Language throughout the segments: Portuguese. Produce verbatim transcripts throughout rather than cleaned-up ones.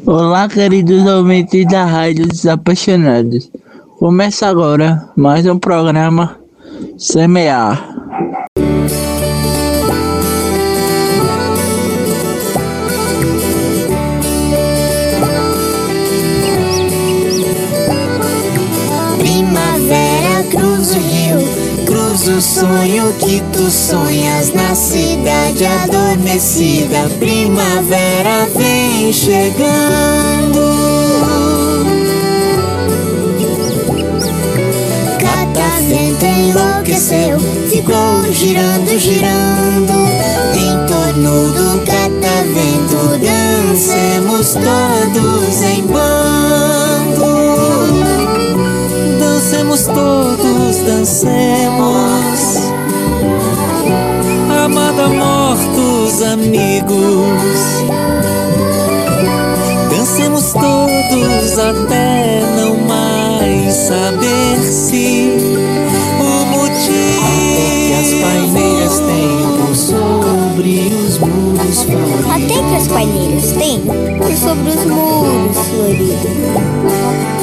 Olá, queridos ouvintes da Rádio dos Apaixonados. Começa agora mais um programa Semear. Primavera, cruza o rio, cruza o sonho que tu sonhas na cidade adormecida. Primavera vem chegando. Catavento enlouqueceu, ficou girando, girando. Em torno do catavento dancemos todos em bando. Dancemos todos, dancemos, amada, mortos, amigos. Dancemos todos até não mais saber se o motivo. Até que as paineiras tenham por sobre os muros floridos. Até que as paineiras tenham por sobre os muros floridos.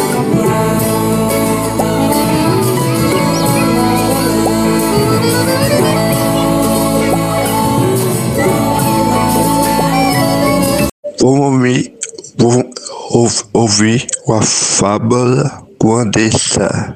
Vamos ouvir a fábula Condessa.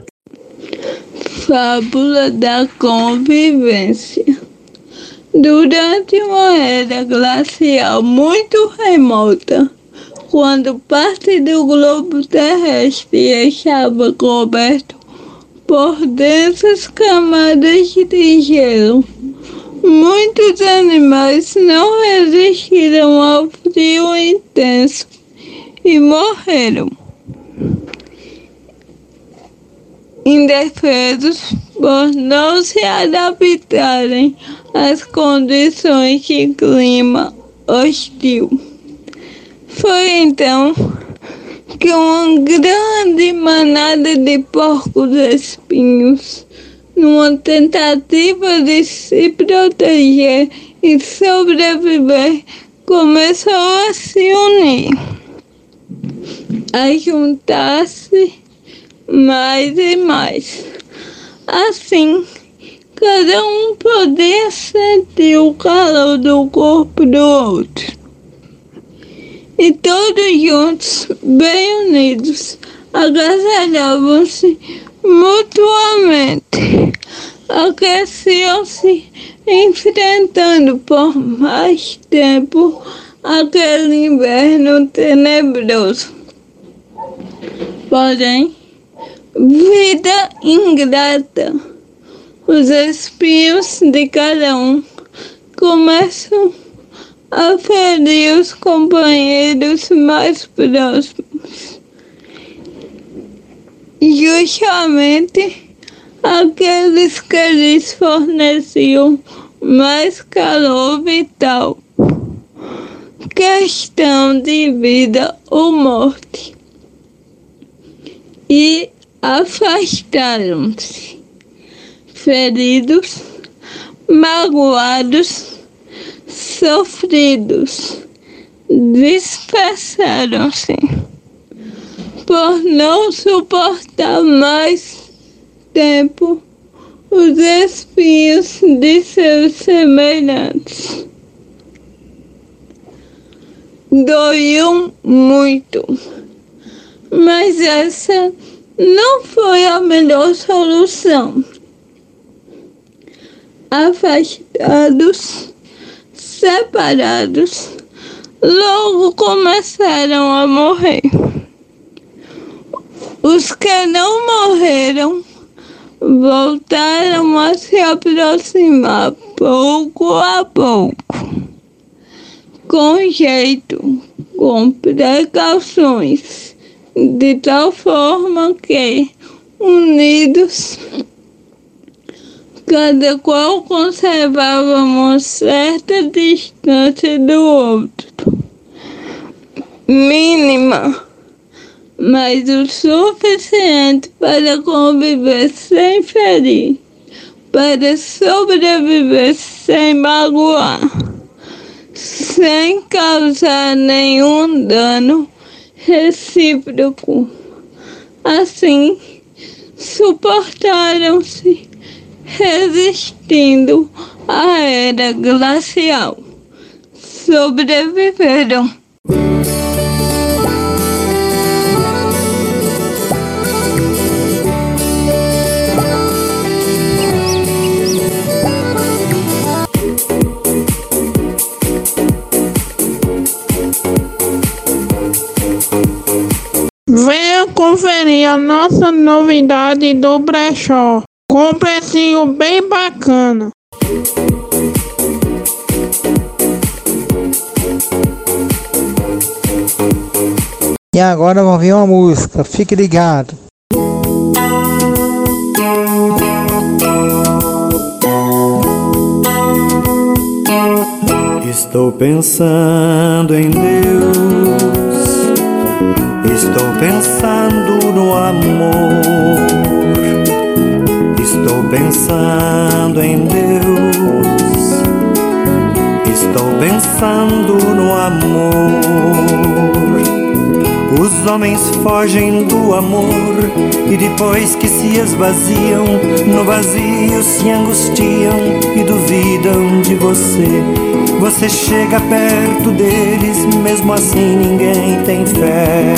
Fábula da convivência. Durante uma era glacial muito remota, quando parte do globo terrestre estava coberto por densas camadas de gelo, muitos animais não resistiram ao frio intenso e morreram, indefesos por não se adaptarem às condições de clima hostil. Foi então que uma grande manada de porcos-espinhos, numa tentativa de se proteger e sobreviver, começou a se unir, a juntar-se mais e mais. Assim, cada um podia sentir o calor do corpo do outro. E todos juntos, bem unidos, agasalhavam-se mutuamente, aqueciam-se, enfrentando por mais tempo aquele inverno tenebroso. Porém, vida ingrata, os espinhos de cada um começam a ferir os companheiros mais próximos. Justamente aqueles que lhes forneciam mais calor vital. Questão de vida ou morte. E afastaram-se, feridos, magoados, sofridos, dispersaram-se por não suportar mais tempo os espinhos de seus semelhantes. Doíam muito, mas essa não foi a melhor solução. Afastados, separados, logo começaram a morrer. Os que não morreram voltaram a se aproximar pouco a pouco, com jeito, com precauções, de tal forma que, unidos, cada qual conservava uma certa distância do outro, mínima, mas o suficiente para conviver sem ferir, para sobreviver sem magoar, sem causar nenhum dano recíproco. Assim, suportaram-se, resistindo à era glacial. Sobreviveram. Venha conferir a nossa novidade do brechó, com um precinho bem bacana. E agora vamos ver uma música, fique ligado. Estou pensando em Deus, estou pensando no amor, estou pensando em Deus, estou pensando no amor. Os homens fogem do amor e depois que se esvaziam, no vazio se angustiam e duvidam de você. Você chega perto deles, mesmo assim ninguém tem fé.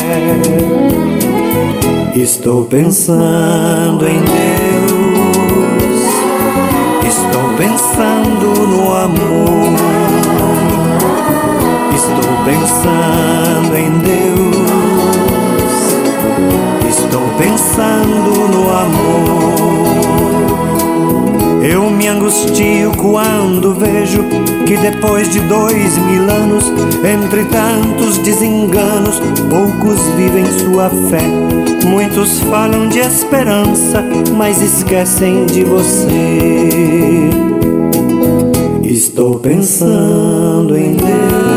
Estou pensando em Deus, estou pensando no amor, estou pensando em Deus, estou pensando no amor. Eu me angustio quando vejo que depois de dois mil anos, entre tantos desenganos, poucos vivem sua fé. Muitos falam de esperança, mas esquecem de você. Estou pensando em Deus,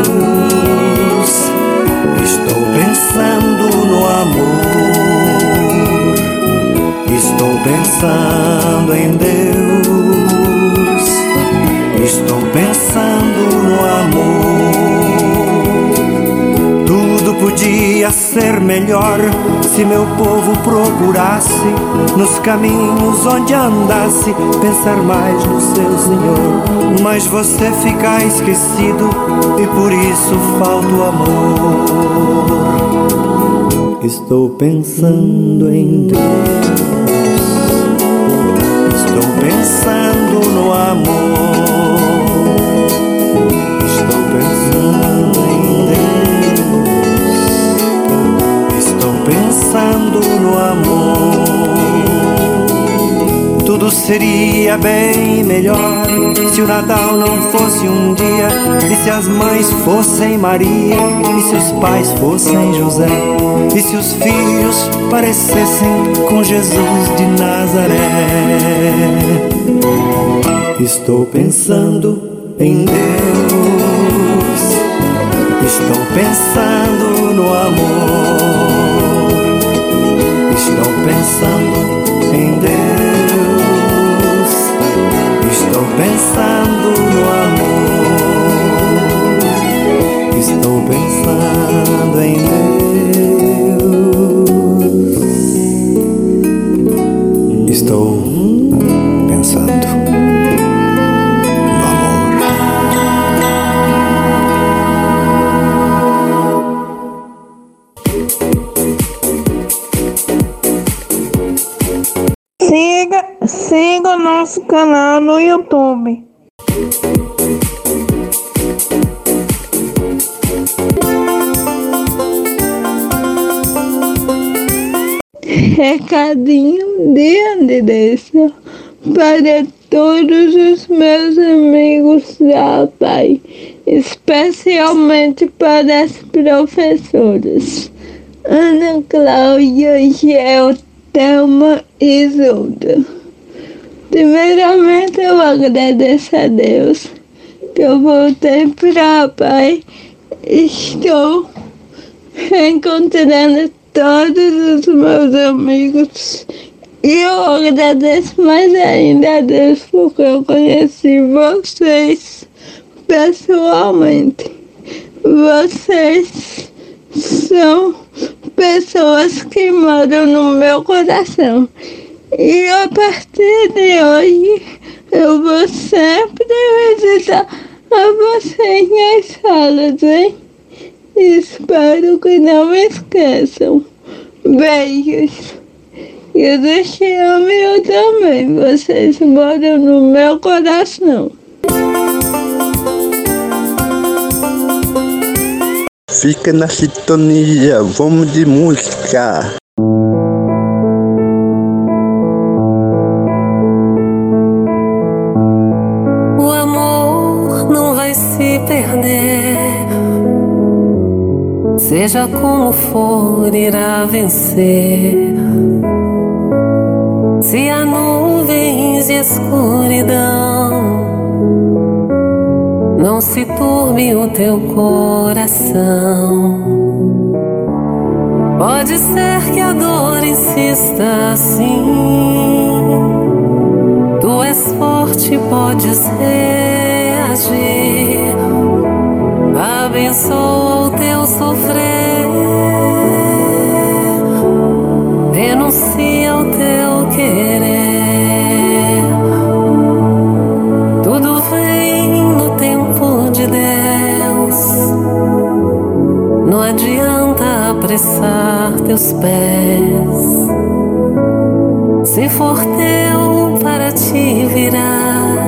estou pensando no amor, estou pensando em Deus, estou pensando no amor. Tudo podia ser melhor se meu povo procurasse nos caminhos onde andasse pensar mais no seu Senhor. Mas você fica esquecido e por isso falta o amor. Estou pensando em Deus, estou pensando no amor, estou pensando em Deus, estou pensando no amor. Tudo seria bem melhor se o Natal não fosse um dia, e se as mães fossem Maria, e se os pais fossem José, e se os filhos parecessem com Jesus de Nazaré. Estou pensando em Deus, estou pensando no amor, estou pensando em Deus, estou pensando no amor, estou pensando em Deus, estou pensando no amor. Siga, siga o nosso canal no YouTube. Recadinho de Andressa para todos os meus amigos da Pai, especialmente para as professoras Ana Cláudia, Gel, Thelma e Isolda. Primeiramente eu agradeço a Deus que eu voltei para a Pai. Estou reencontrando todos os meus amigos e eu agradeço mais ainda a Deus porque eu conheci vocês pessoalmente. Vocês são pessoas que moram no meu coração. E a partir de hoje, eu vou sempre visitar a vocês nas salas, hein? Espero que não me esqueçam. Beijos. E Deus te ama e eu também. Vocês moram no meu coração. Fica na sintonia, vamos de música. O amor não vai se perder. Seja como for, irá vencer. Se há nuvens e escuridão, não se turbe o teu coração. Pode ser que a dor insista assim. Tu és forte, podes reagir. Abençoa o teu sofrer. Renuncia ao teu querer. Tudo vem no tempo de Deus. Não adianta apressar teus pés. Se for teu, para te virar.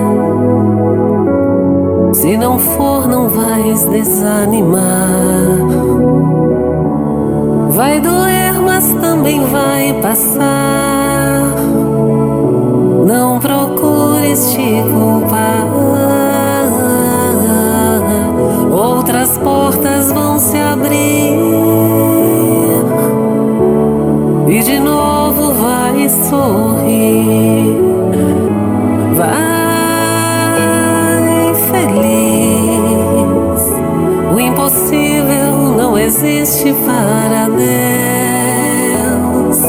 Se não for, não vais desanimar. Vai doer, mas também vai passar. Não procures te culpar. Outras portas vão se abrir e de novo vai sorrir. Vai feliz. O impossível não existe para Deus.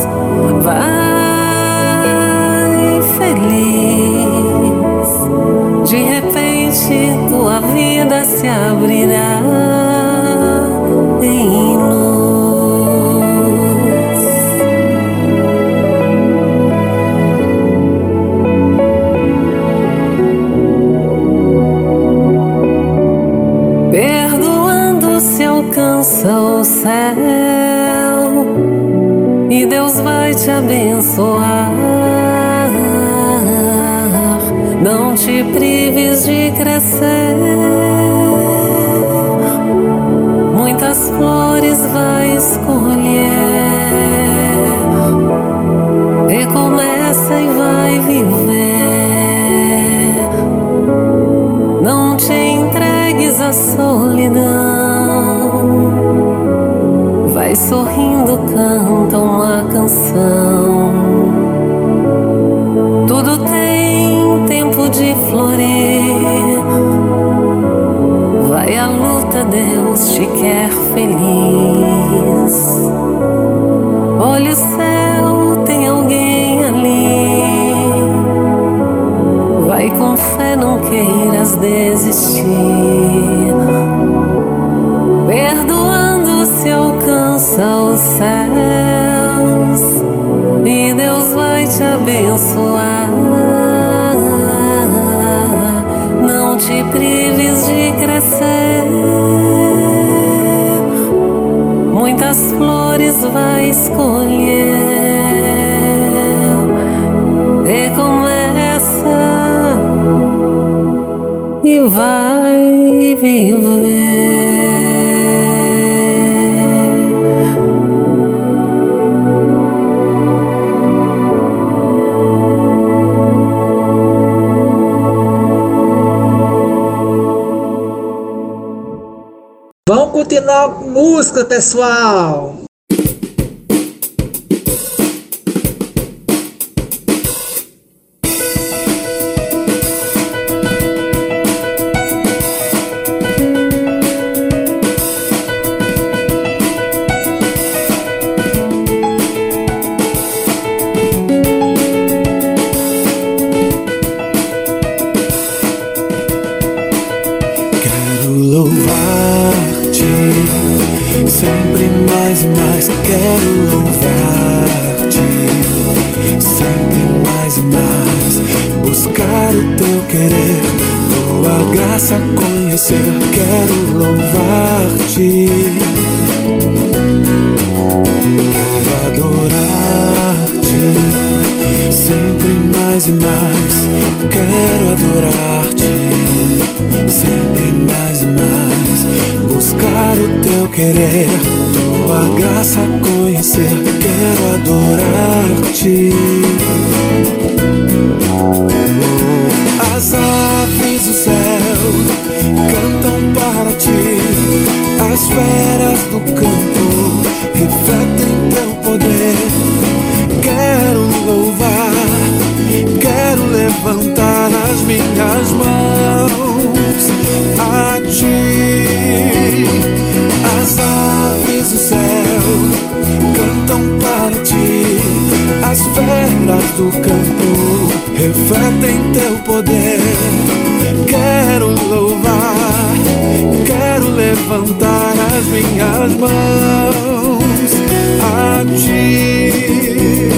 Vai feliz. De repente tua vida se abrirá em luz. Perdoando se alcança o céu e Deus vai te abençoar. Não te prives de crescer. Muitas flores vai escolher. Recomeça e vai viver. Não te entregues à solidão. Vai sorrindo, canta uma canção. Tudo tem tempo de florir. Vai à luta, Deus te quer feliz. Olha o céu, tem alguém ali. Vai com fé, não queiras desistir. Perdoando se alcança os céus e Deus vai te abençoar. Não te prives de crescer. Muitas flores vai escolher. Recomeça e vai viver. Vamos continuar com música, pessoal. Sempre mais e mais quero louvar-te. Sempre mais e mais buscar o teu querer, tua graça conhecer. Quero louvar-te, quero adorar-te. Sempre mais e mais quero adorar-te. Sempre mais e mais buscar o teu querer, tua graça conhecer. Quero adorar-te. As aves do céu cantam para ti, as feras do campo refletem teu poder. Quero louvar, quero levantar as minhas mãos a ti. As aves do céu cantam para ti, as feras do campo refletem teu poder. Quero louvar, quero levantar as minhas mãos a ti.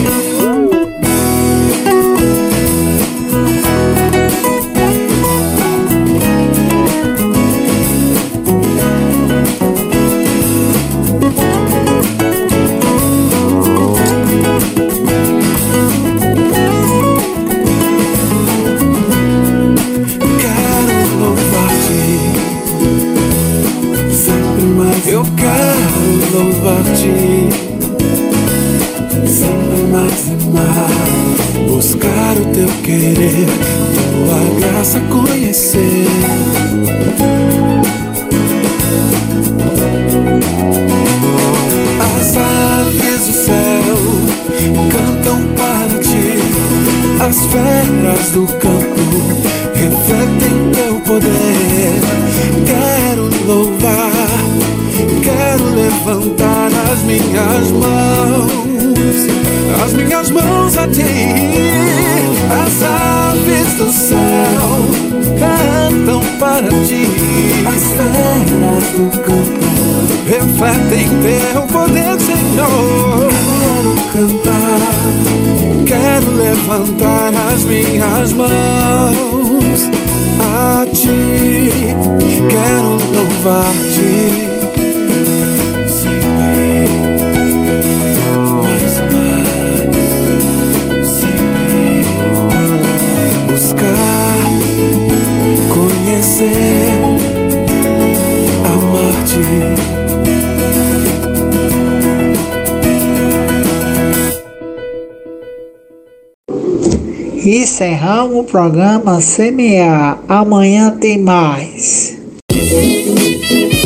Eu quero louvar-te, sempre mais e mais buscar o teu querer, tua graça conhecer. As aves do céu cantam para ti, as feras do campo refletem teu poder. Quero louvar, quero levantar as minhas mãos, as minhas mãos a ti. As aves do céu cantam para ti, as feras do campo refletem teu poder, Senhor. Quero cantar, quero levantar as minhas mãos a ti. Quero louvar-te. Conhecer, amar-te. Encerramos o programa Semear. Amanhã tem mais.